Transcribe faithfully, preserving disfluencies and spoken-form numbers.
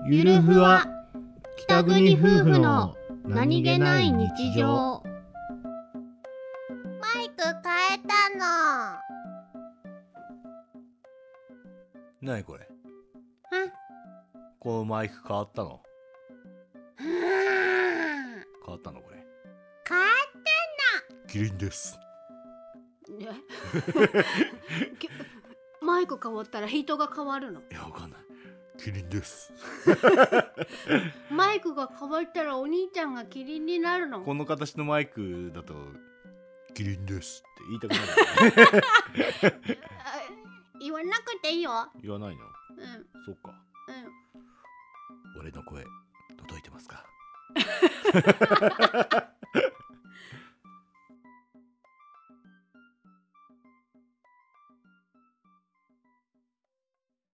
ゆるふわ北国夫婦の何気ない日常。 マイク変えたの。 なにこれ？ ん？ このマイク変わったの？ 変わ変わったのこれ？ ったの。 キリンです。 ねマイク変わったら人が変わるの？ いやわかんない。キリンです。 マイクが変わったらお兄ちゃんがキリンになるの？ この形のマイクだとキリンですって言いたくなる。 言わなくていいよ。 言わないの？ うんそっか。 うん。 俺の声届いてますか？